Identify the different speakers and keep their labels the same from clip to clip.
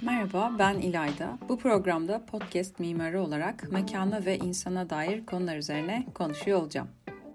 Speaker 1: Merhaba, ben İlayda. Bu programda podcast mimarı olarak mekana ve insana dair konular üzerine konuşuyor olacağım.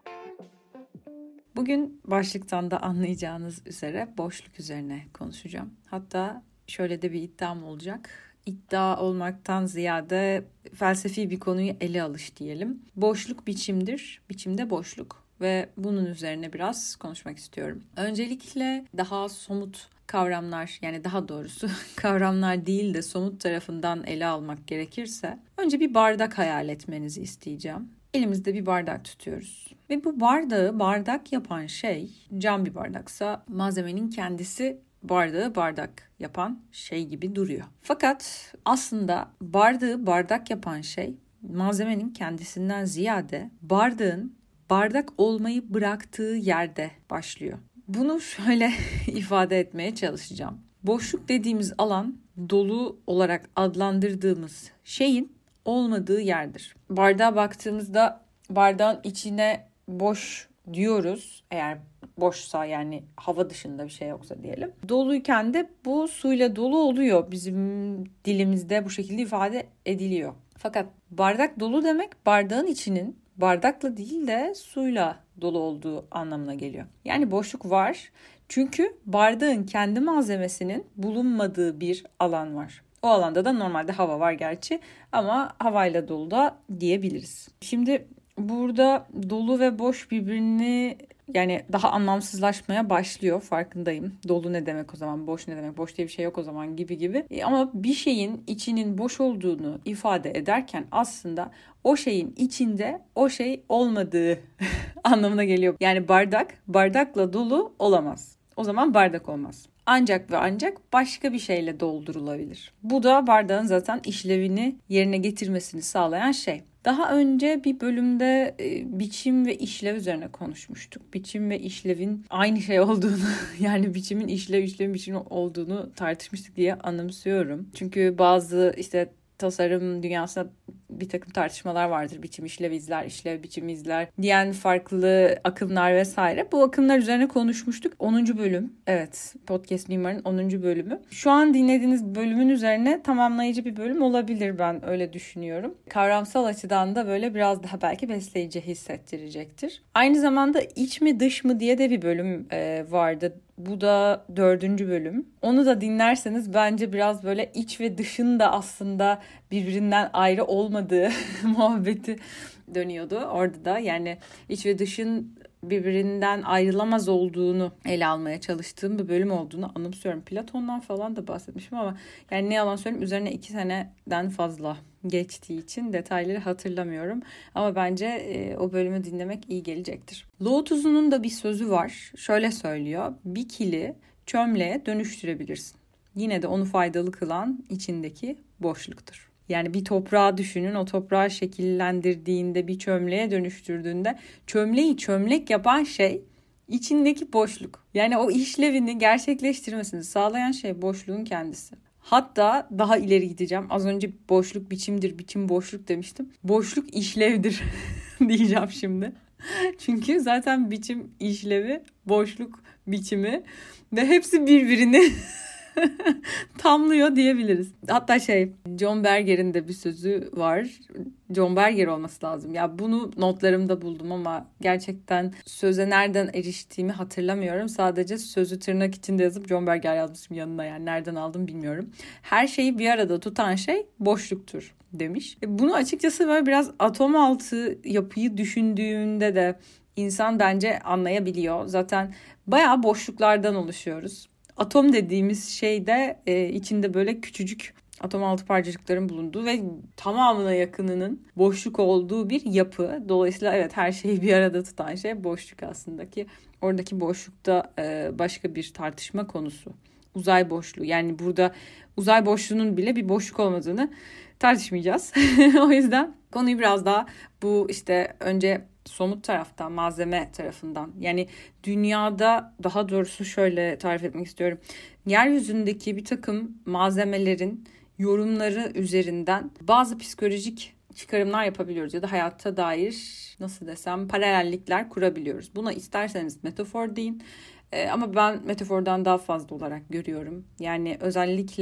Speaker 1: Bugün başlıktan da anlayacağınız üzere boşluk üzerine konuşacağım. Hatta şöyle de bir iddiam olacak. İddia olmaktan ziyade felsefi bir konuyu ele alış diyelim. Boşluk biçimdir, biçimde boşluk ve bunun üzerine biraz konuşmak istiyorum. Öncelikle daha somut kavramlar, yani daha doğrusu kavramlar değil de somut tarafından ele almak gerekirse önce bir bardak hayal etmenizi isteyeceğim. Elimizde bir bardak tutuyoruz ve bu bardağı bardak yapan şey, cam bir bardaksa malzemenin kendisi bardağı bardak yapan şey gibi duruyor. Fakat aslında bardağı bardak yapan şey malzemenin kendisinden ziyade bardağın bardak olmayı bıraktığı yerde başlıyor. Bunu şöyle ifade etmeye çalışacağım. Boşluk dediğimiz alan dolu olarak adlandırdığımız şeyin olmadığı yerdir. Bardağa baktığımızda bardağın içine boş diyoruz. Eğer boşsa, yani hava dışında bir şey yoksa diyelim. Doluyken de bu suyla dolu oluyor. Bizim dilimizde bu şekilde ifade ediliyor. Fakat bardak dolu demek bardağın içinin bardakla değil de suyla dolu olduğu anlamına geliyor. Yani boşluk var. Çünkü bardağın kendi malzemesinin bulunmadığı bir alan var. O alanda da normalde hava var gerçi ama havayla dolu da diyebiliriz. Şimdi burada dolu ve boş birbirini, yani daha anlamsızlaşmaya başlıyor, farkındayım. Dolu ne demek o zaman, boş ne demek, boş diye bir şey yok o zaman gibi. Ama bir şeyin içinin boş olduğunu ifade ederken aslında o şeyin içinde o şey olmadığı anlamına geliyor. Yani bardakla dolu olamaz. O zaman bardak olmaz. Ancak ve ancak başka bir şeyle doldurulabilir. Bu da bardağın zaten işlevini yerine getirmesini sağlayan şey. Daha önce bir bölümde biçim ve işlev üzerine konuşmuştuk. Biçim ve işlevin aynı şey olduğunu, yani biçimin işlevin biçim olduğunu tartışmıştık diye anımsıyorum. Çünkü bazı tasarım dünyasında bir takım tartışmalar vardır. Biçim işlev izler, işlev biçim izler diyen farklı akımlar vesaire. Bu akımlar üzerine konuşmuştuk. 10. bölüm. Evet, Podcast Mimar'ın 10. bölümü. Şu an dinlediğiniz bölümün üzerine tamamlayıcı bir bölüm olabilir, ben öyle düşünüyorum. Kavramsal açıdan da böyle biraz daha belki besleyici hissettirecektir. Aynı zamanda iç mi dış mı diye de bir bölüm vardı. Bu da 4. bölüm. Onu da dinlerseniz bence biraz böyle iç ve dışın da aslında birbirinden ayrı olmadığı muhabbeti dönüyordu orada da. Yani iç ve dışın birbirinden ayrılamaz olduğunu ele almaya çalıştığım bir bölüm olduğunu anımsıyorum. Platon'dan falan da bahsetmişim ama yani ne yalan söyleyeyim, üzerine 2 seneden fazla geçtiği için detayları hatırlamıyorum. Ama bence o bölümü dinlemek iyi gelecektir. Lao Tzu'nun da bir sözü var. Şöyle söylüyor: bir kili çömleğe dönüştürebilirsin. Yine de onu faydalı kılan içindeki boşluktur. Yani bir toprağı düşünün, o toprağı şekillendirdiğinde, bir çömleğe dönüştürdüğünde çömleği çömlek yapan şey içindeki boşluk. Yani o işlevini gerçekleştirmesini sağlayan şey boşluğun kendisi. Hatta daha ileri gideceğim. Az önce boşluk biçimdir, biçim boşluk demiştim. Boşluk işlevdir diyeceğim şimdi. Çünkü zaten biçim işlevi, boşluk biçimi ve hepsi birbirini tamlıyor diyebiliriz. Hatta John Berger'in de bir sözü var. John Berger olması lazım. Ya bunu notlarımda buldum ama gerçekten söze nereden eriştiğimi hatırlamıyorum. Sadece sözü tırnak içinde yazıp John Berger yazmışım yanına, yani nereden aldım bilmiyorum. Her şeyi bir arada tutan şey boşluktur demiş. Bunu açıkçası böyle biraz atom altı yapıyı düşündüğünde de insan bence anlayabiliyor. Zaten bayağı boşluklardan oluşuyoruz. Atom dediğimiz şey de içinde böyle küçücük atom altı parçacıkların bulunduğu ve tamamına yakınının boşluk olduğu bir yapı. Dolayısıyla evet, her şeyi bir arada tutan şey boşluk aslında, ki oradaki boşlukta başka bir tartışma konusu. Uzay boşluğu, yani burada uzay boşluğunun bile bir boşluk olmadığını tartışmayacağız. O yüzden konuyu biraz daha bu önce somut taraftan, malzeme tarafından, yani dünyada, daha doğrusu şöyle tarif etmek istiyorum. Yeryüzündeki bir takım malzemelerin yorumları üzerinden bazı psikolojik çıkarımlar yapabiliyoruz ya da hayata dair, nasıl desem, paralellikler kurabiliyoruz. Buna isterseniz metafor deyin ama ben metafordan daha fazla olarak görüyorum. Yani özellikle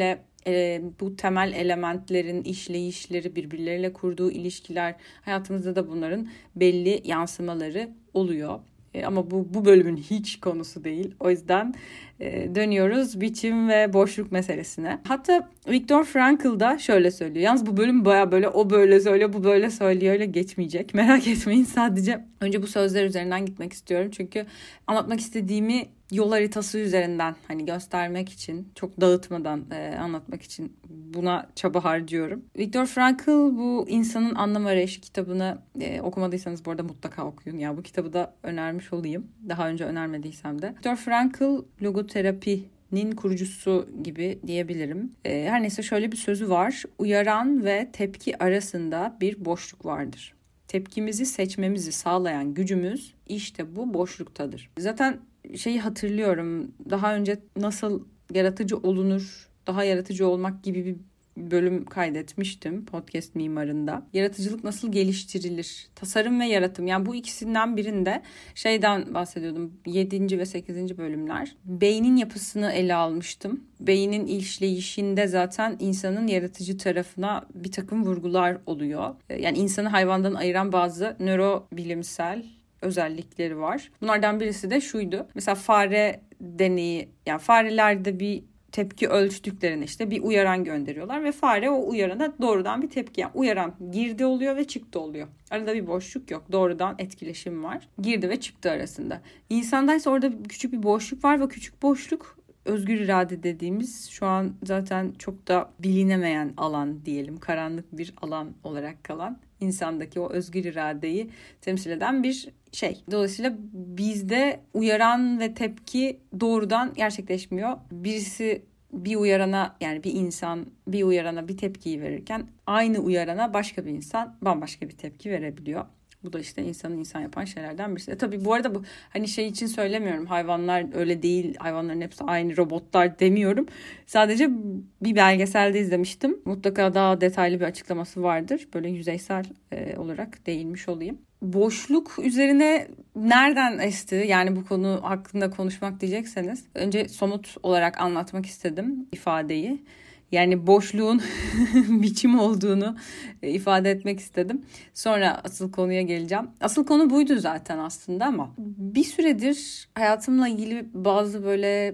Speaker 1: bu temel elementlerin işleyişleri, birbirleriyle kurduğu ilişkiler, hayatımızda da bunların belli yansımaları oluyor. Ama bu bölümün hiç konusu değil. O yüzden dönüyoruz biçim ve boşluk meselesine. Hatta Viktor Frankl da şöyle söylüyor. Yalnız bu bölüm baya böyle o böyle söylüyor, bu böyle söylüyor, öyle geçmeyecek. Merak etmeyin, sadece önce bu sözler üzerinden gitmek istiyorum. Çünkü anlatmak istediğimi yol haritası üzerinden hani göstermek için, çok dağıtmadan anlatmak için buna çaba harcıyorum. Viktor Frankl bu İnsanın Anlam Arayışı kitabını okumadıysanız bu arada mutlaka okuyun. Ya bu kitabı da önermiş olayım. Daha önce önermediysem de. Viktor Frankl logoterapinin kurucusu gibi diyebilirim. Her neyse şöyle bir sözü var. Uyaran ve tepki arasında bir boşluk vardır. Tepkimizi seçmemizi sağlayan gücümüz işte bu boşluktadır. Zaten şeyi hatırlıyorum. Daha önce nasıl yaratıcı olunur, daha yaratıcı olmak gibi bir bölüm kaydetmiştim podcast mimarında. Yaratıcılık nasıl geliştirilir? Tasarım ve yaratım. Yani bu ikisinden birinde şeyden bahsediyordum. 7. ve 8. bölümler. Beynin yapısını ele almıştım. Beynin işleyişinde zaten insanın yaratıcı tarafına bir takım vurgular oluyor. Yani insanı hayvandan ayıran bazı nörobilimsel özellikleri var. Bunlardan birisi de şuydu. Mesela fare deneyi, yani farelerde bir tepki ölçtüklerine işte bir uyaran gönderiyorlar ve fare o uyarana doğrudan bir tepki, yani uyaran girdi oluyor ve çıktı oluyor. Arada bir boşluk yok. Doğrudan etkileşim var. Girdi ve çıktı arasında. İnsanda ise orada küçük bir boşluk var ve küçük boşluk özgür irade dediğimiz, şu an zaten çok da bilinemeyen alan diyelim, karanlık bir alan olarak kalan insandaki o özgür iradeyi temsil eden bir şey. Dolayısıyla bizde uyaran ve tepki doğrudan gerçekleşmiyor. Birisi bir uyarana, yani bir insan bir uyarana bir tepkiyi verirken aynı uyarana başka bir insan bambaşka bir tepki verebiliyor. Bu da işte insanın insan yapan şeylerden birisi. Tabii bu arada bu hani şey için söylemiyorum. Hayvanlar öyle değil. Hayvanların hepsi aynı robotlar demiyorum. Sadece bir belgeselde izlemiştim. Mutlaka daha detaylı bir açıklaması vardır. Böyle yüzeysel olarak değinmiş olayım. Boşluk üzerine nereden esti? Yani bu konu hakkında konuşmak diyecekseniz önce somut olarak anlatmak istedim ifadeyi. Yani boşluğun biçim olduğunu ifade etmek istedim. Sonra asıl konuya geleceğim. Asıl konu buydu zaten aslında ama bir süredir hayatımla ilgili bazı böyle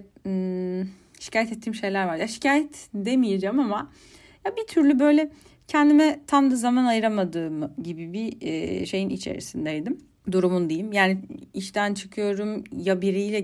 Speaker 1: şikayet ettiğim şeyler var. Ya şikayet demeyeceğim ama ya bir türlü böyle kendime tam da zaman ayıramadığım gibi bir şeyin içerisindeydim. Durumun diyeyim. Yani işten çıkıyorum, ya birileriyle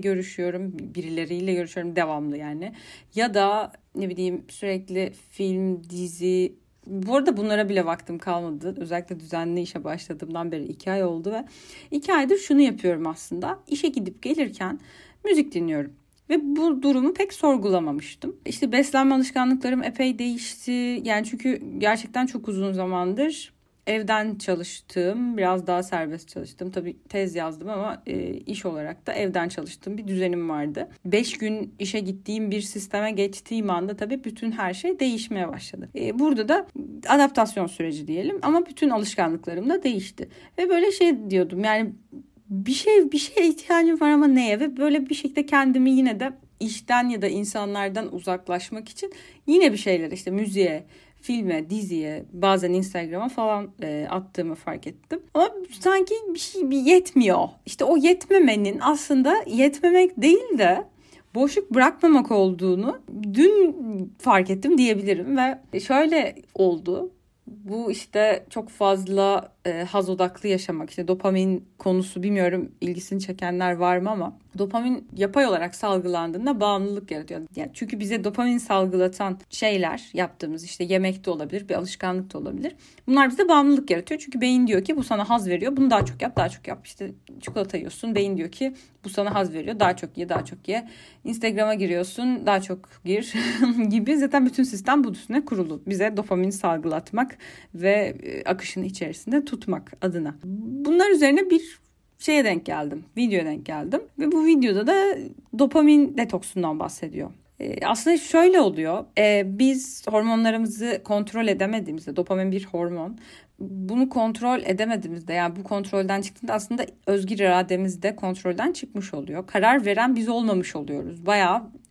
Speaker 1: görüşüyorum devamlı yani. Ya da ne bileyim sürekli film, dizi. Bu arada bunlara bile vaktim kalmadı. Özellikle düzenli işe başladığımdan beri 2 ay oldu ve 2 aydır şunu yapıyorum aslında. İşe gidip gelirken müzik dinliyorum. Ve bu durumu pek sorgulamamıştım. İşte beslenme alışkanlıklarım epey değişti. Yani çünkü gerçekten çok uzun zamandır evden çalıştığım, biraz daha serbest çalıştım. Tabii tez yazdım ama iş olarak da evden çalıştığım bir düzenim vardı. 5 gün işe gittiğim bir sisteme geçtiğim anda tabii bütün her şey değişmeye başladı. Burada da adaptasyon süreci diyelim ama bütün alışkanlıklarım da değişti. Ve böyle şey diyordum, yani bir şeye ihtiyacım var ama neye? Ve böyle bir şekilde kendimi yine de işten ya da insanlardan uzaklaşmak için yine bir şeyler, işte müziğe, filme, diziye, bazen Instagram'a falan attığımı fark ettim. Ama sanki bir şey yetmiyor. İşte o yetmemenin aslında yetmemek değil de boşluk bırakmamak olduğunu dün fark ettim diyebilirim ve şöyle oldu. Bu işte çok fazla haz odaklı yaşamak, işte dopamin konusu, bilmiyorum ilgisini çekenler var mı ama dopamin yapay olarak salgılandığında bağımlılık yaratıyor. Yani çünkü bize dopamin salgılatan şeyler yaptığımız, işte yemek de olabilir, bir alışkanlık da olabilir. Bunlar bize bağımlılık yaratıyor. Çünkü beyin diyor ki bu sana haz veriyor. Bunu daha çok yap, daha çok yap. İşte çikolata yiyorsun. Beyin diyor ki bu sana haz veriyor. Daha çok ye, daha çok ye. Instagram'a giriyorsun. Daha çok gir gibi. Zaten bütün sistem bu üstüne kurulu. Bize dopamin salgılatmak ve akışın içerisinde tutmak adına. Bunlar üzerine bir şeye denk geldim. Videoya denk geldim. Ve bu videoda da dopamin detoksundan bahsediyor. Aslında şöyle oluyor. Biz hormonlarımızı kontrol edemediğimizde, dopamin bir hormon. Bunu kontrol edemediğimizde, yani bu kontrolden çıktığında aslında özgür irademiz de kontrolden çıkmış oluyor. Karar veren biz olmamış oluyoruz. Bayağı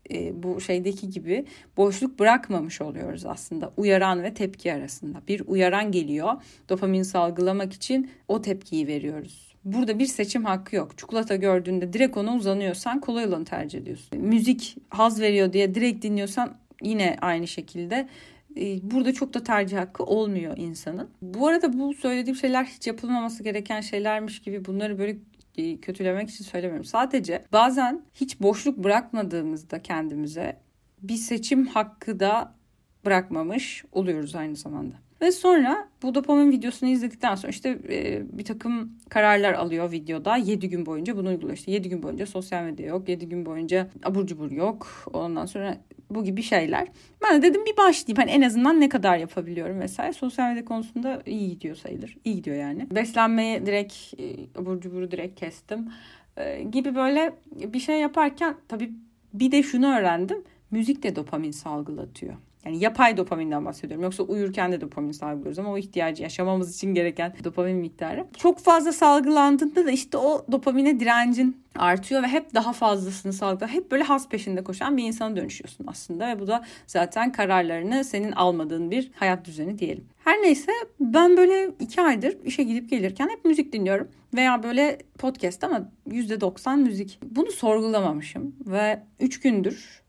Speaker 1: bu şeydeki gibi boşluk bırakmamış oluyoruz aslında uyaran ve tepki arasında. Bir uyaran geliyor, dopamin salgılamak için o tepkiyi veriyoruz. Burada bir seçim hakkı yok. Çikolata gördüğünde direkt ona uzanıyorsan kolay olanı tercih ediyorsun. Müzik haz veriyor diye direkt dinliyorsan yine aynı şekilde. Burada çok da tercih hakkı olmuyor insanın. Bu arada bu söylediğim şeyler hiç yapılmaması gereken şeylermiş gibi bunları böyle kötülemek için söylemiyorum. Sadece bazen hiç boşluk bırakmadığımızda kendimize bir seçim hakkı da bırakmamış oluyoruz aynı zamanda. Ve sonra bu dopamin videosunu izledikten sonra işte bir takım kararlar alıyor videoda. 7 gün boyunca bunu uyguluyor. İşte 7 gün boyunca sosyal medya yok. 7 gün boyunca abur cubur yok. Ondan sonra bu gibi şeyler. Ben de dedim bir başlayayım. Hani en azından ne kadar yapabiliyorum vesaire. Sosyal medya konusunda iyi gidiyor sayılır. İyi gidiyor yani. Beslenmeyi direkt, abur cuburu direkt kestim. Gibi böyle bir şey yaparken tabii bir de şunu öğrendim. Müzik de dopamin salgılatıyor. Yani yapay dopaminden bahsediyorum. Yoksa uyurken de dopamin salgılıyoruz ama o ihtiyacı yaşamamız için gereken dopamin miktarı. Çok fazla salgılandığında da işte o dopamine direncin artıyor ve hep daha fazlasını salgılıyor. Hep böyle haz peşinde koşan bir insana dönüşüyorsun aslında ve bu da zaten kararlarını senin almadığın bir hayat düzeni diyelim. Her neyse ben böyle 2 aydır işe gidip gelirken hep müzik dinliyorum. Veya böyle podcast ama %90 müzik. Bunu sorgulamamışım ve 3 gündür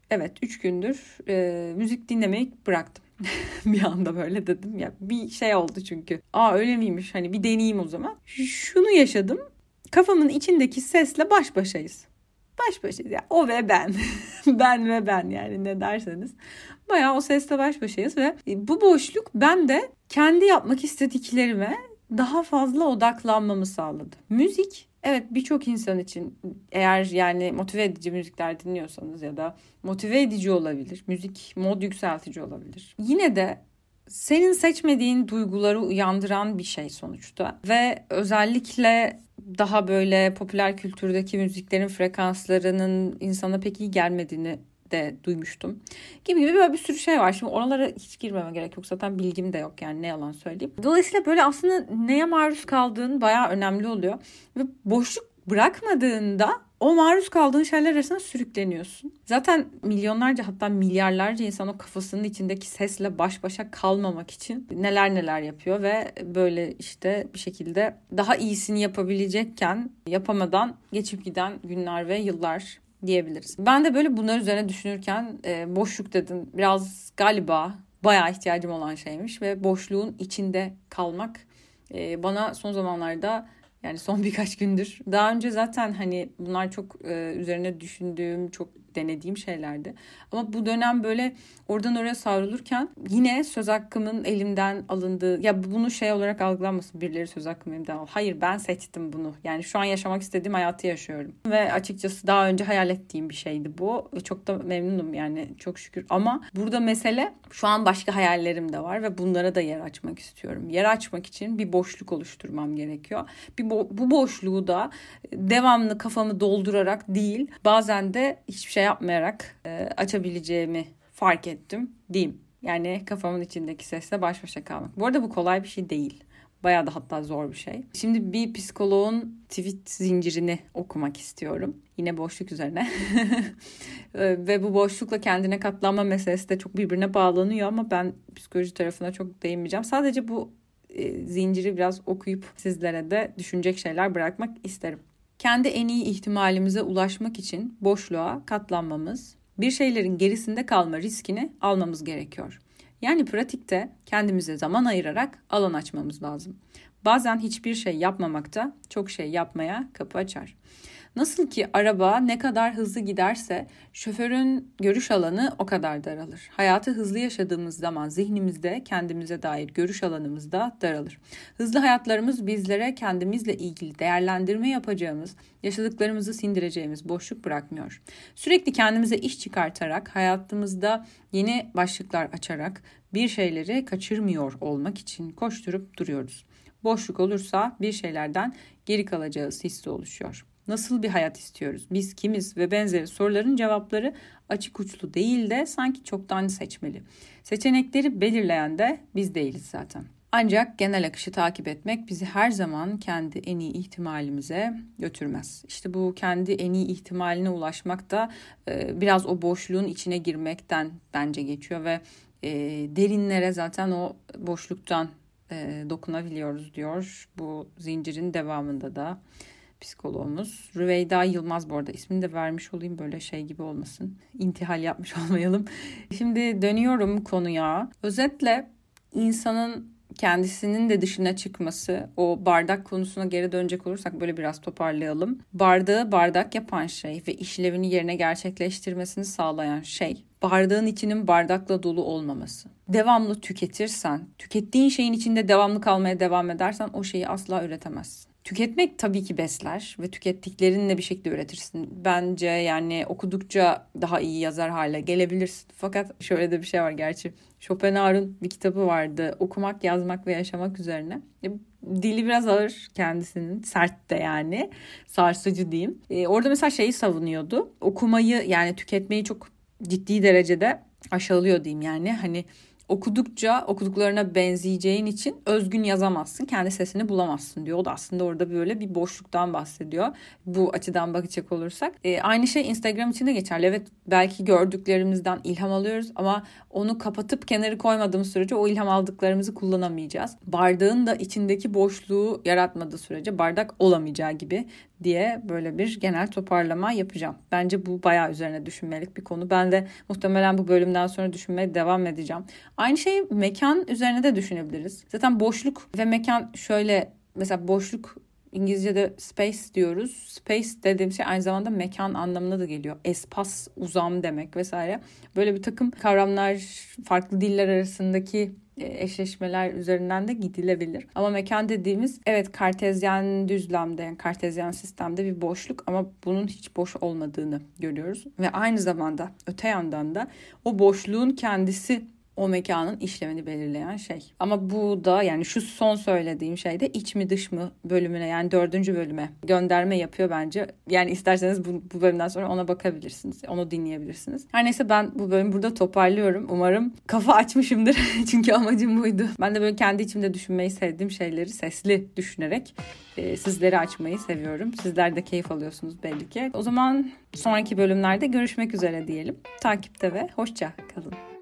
Speaker 1: müzik dinlemeyi bıraktım. Bir anda böyle dedim ya bir şey oldu çünkü. Öyle miymiş hani bir deneyeyim o zaman. Şunu yaşadım. Kafamın içindeki sesle baş başayız. Baş başayız yani o ve ben. Ben ve ben yani ne derseniz. Bayağı o sesle baş başayız ve bu boşluk ben de kendi yapmak istediklerime daha fazla odaklanmamı sağladı. Müzik evet birçok insan için eğer yani motive edici müzikler dinliyorsanız ya da motive edici olabilir. Müzik mod yükseltici olabilir. Yine de senin seçmediğin duyguları uyandıran bir şey sonuçta. Ve özellikle daha böyle popüler kültürdeki müziklerin frekanslarının insana pek iyi gelmediğini de duymuştum. Gibi böyle bir sürü şey var. Şimdi oralara hiç girmeme gerek yok. Zaten bilgim de yok yani ne yalan söyleyeyim. Dolayısıyla böyle aslında neye maruz kaldığın bayağı önemli oluyor. Ve boşluk bırakmadığında o maruz kaldığın şeyler arasında sürükleniyorsun. Zaten milyonlarca hatta milyarlarca insan o kafasının içindeki sesle baş başa kalmamak için neler yapıyor ve böyle işte bir şekilde daha iyisini yapabilecekken yapamadan geçip giden günler ve yıllar diyebiliriz. Ben de böyle bunlar üzerine düşünürken boşluk dedim. Biraz galiba bayağı ihtiyacım olan şeymiş ve boşluğun içinde kalmak bana son zamanlarda yani son birkaç gündür. Daha önce zaten hani bunlar çok üzerine düşündüğüm, çok denediğim şeylerdi. Ama bu dönem böyle oradan oraya savrulurken yine söz hakkımın elimden alındığı, ya bunu şey olarak algılanmasın birileri söz hakkımı elimden aldı. Hayır ben seçtim bunu. Yani şu an yaşamak istediğim hayatı yaşıyorum. Ve açıkçası daha önce hayal ettiğim bir şeydi bu. Ve çok da memnunum yani çok şükür. Ama burada mesele şu an başka hayallerim de var ve bunlara da yer açmak istiyorum. Yer açmak için bir boşluk oluşturmam gerekiyor. Bu boşluğu da devamlı kafamı doldurarak değil, bazen de hiçbir şey yapmayarak açabileceğimi fark ettim diyeyim. Yani kafamın içindeki sesle baş başa kalmak. Bu arada bu kolay bir şey değil. Bayağı da hatta zor bir şey. Şimdi bir psikoloğun tweet zincirini okumak istiyorum. Yine boşluk üzerine. Ve bu boşlukla kendine katlanma meselesi de çok birbirine bağlanıyor ama ben psikoloji tarafına çok değinmeyeceğim. Sadece bu zinciri biraz okuyup sizlere de düşünecek şeyler bırakmak isterim. Kendi en iyi ihtimalimize ulaşmak için boşluğa katlanmamız, bir şeylerin gerisinde kalma riskini almamız gerekiyor. Yani pratikte kendimize zaman ayırarak alan açmamız lazım. Bazen hiçbir şey yapmamak da çok şey yapmaya kapı açar. Nasıl ki araba ne kadar hızlı giderse şoförün görüş alanı o kadar daralır. Hayatı hızlı yaşadığımız zaman zihnimizde kendimize dair görüş alanımız da daralır. Hızlı hayatlarımız bizlere kendimizle ilgili değerlendirme yapacağımız, yaşadıklarımızı sindireceğimiz boşluk bırakmıyor. Sürekli kendimize iş çıkartarak, hayatımızda yeni başlıklar açarak bir şeyleri kaçırmıyor olmak için koşturup duruyoruz. Boşluk olursa bir şeylerden geri kalacağız hissi oluşuyor. Nasıl bir hayat istiyoruz? Biz kimiz ve benzeri soruların cevapları açık uçlu değil de sanki çoktan seçmeli. Seçenekleri belirleyen de biz değiliz zaten. Ancak genel akışı takip etmek bizi her zaman kendi en iyi ihtimalimize götürmez. İşte bu kendi en iyi ihtimaline ulaşmak da biraz o boşluğun içine girmekten bence geçiyor ve derinlere zaten o boşluktan dokunabiliyoruz diyor bu zincirin devamında da psikoloğumuz. Rüveyda Yılmaz, bu arada ismini de vermiş olayım, böyle şey gibi olmasın. İntihal yapmış olmayalım. Şimdi dönüyorum konuya. Özetle insanın kendisinin de dışına çıkması, o bardak konusuna geri dönecek olursak böyle biraz toparlayalım. Bardağı bardak yapan şey ve işlevini yerine gerçekleştirmesini sağlayan şey, bardağın içinin bardakla dolu olmaması. Devamlı tüketirsen, tükettiğin şeyin içinde devamlı kalmaya devam edersen o şeyi asla üretemezsin. Tüketmek tabii ki besler ve tükettiklerinle bir şekilde üretirsin. Bence yani okudukça daha iyi yazar hale gelebilirsin. Fakat şöyle de bir şey var gerçi. Schopenhauer'un bir kitabı vardı. Okumak, yazmak ve yaşamak üzerine. Dili biraz ağır kendisinin. Sert de yani. Sarsıcı diyeyim. Orada mesela şeyi savunuyordu. Okumayı yani tüketmeyi çok ciddi derecede aşağılıyor diyeyim yani. Hani okudukça okuduklarına benzeyeceğin için özgün yazamazsın. Kendi sesini bulamazsın diyor. O da aslında orada böyle bir boşluktan bahsediyor. Bu açıdan bakacak olursak. Aynı şey Instagram için de geçerli. Evet, belki gördüklerimizden ilham alıyoruz ama onu kapatıp kenarı koymadığımız sürece o ilham aldıklarımızı kullanamayacağız. Bardağın da içindeki boşluğu yaratmadığı sürece bardak olamayacağı gibi diye böyle bir genel toparlama yapacağım. Bence bu bayağı üzerine düşünmelik bir konu. Ben de muhtemelen bu bölümden sonra düşünmeye devam edeceğim. Aynı şeyi mekan üzerine de düşünebiliriz. Zaten boşluk ve mekan şöyle, mesela boşluk İngilizce'de space diyoruz. Space dediğim şey aynı zamanda mekan anlamına da geliyor. Espas, uzam demek vesaire. Böyle bir takım kavramlar, farklı diller arasındaki eşleşmeler üzerinden de gidilebilir. Ama mekan dediğimiz, evet, kartezyen düzlemde, yani kartezyen sistemde bir boşluk ama bunun hiç boş olmadığını görüyoruz. Ve aynı zamanda öte yandan da o boşluğun kendisi o mekanın işlevini belirleyen şey. Ama bu da yani şu son söylediğim şey de iç mi dış mı bölümüne, yani 4. bölüme gönderme yapıyor bence. Yani isterseniz bu bölümden sonra ona bakabilirsiniz. Onu dinleyebilirsiniz. Her neyse, ben bu bölümü burada toparlıyorum. Umarım kafa açmışımdır. Çünkü amacım buydu. Ben de böyle kendi içimde düşünmeyi sevdiğim şeyleri sesli düşünerek sizlere açmayı seviyorum. Sizler de keyif alıyorsunuz belli ki. O zaman sonraki bölümlerde görüşmek üzere diyelim. Takipte ve hoşça kalın.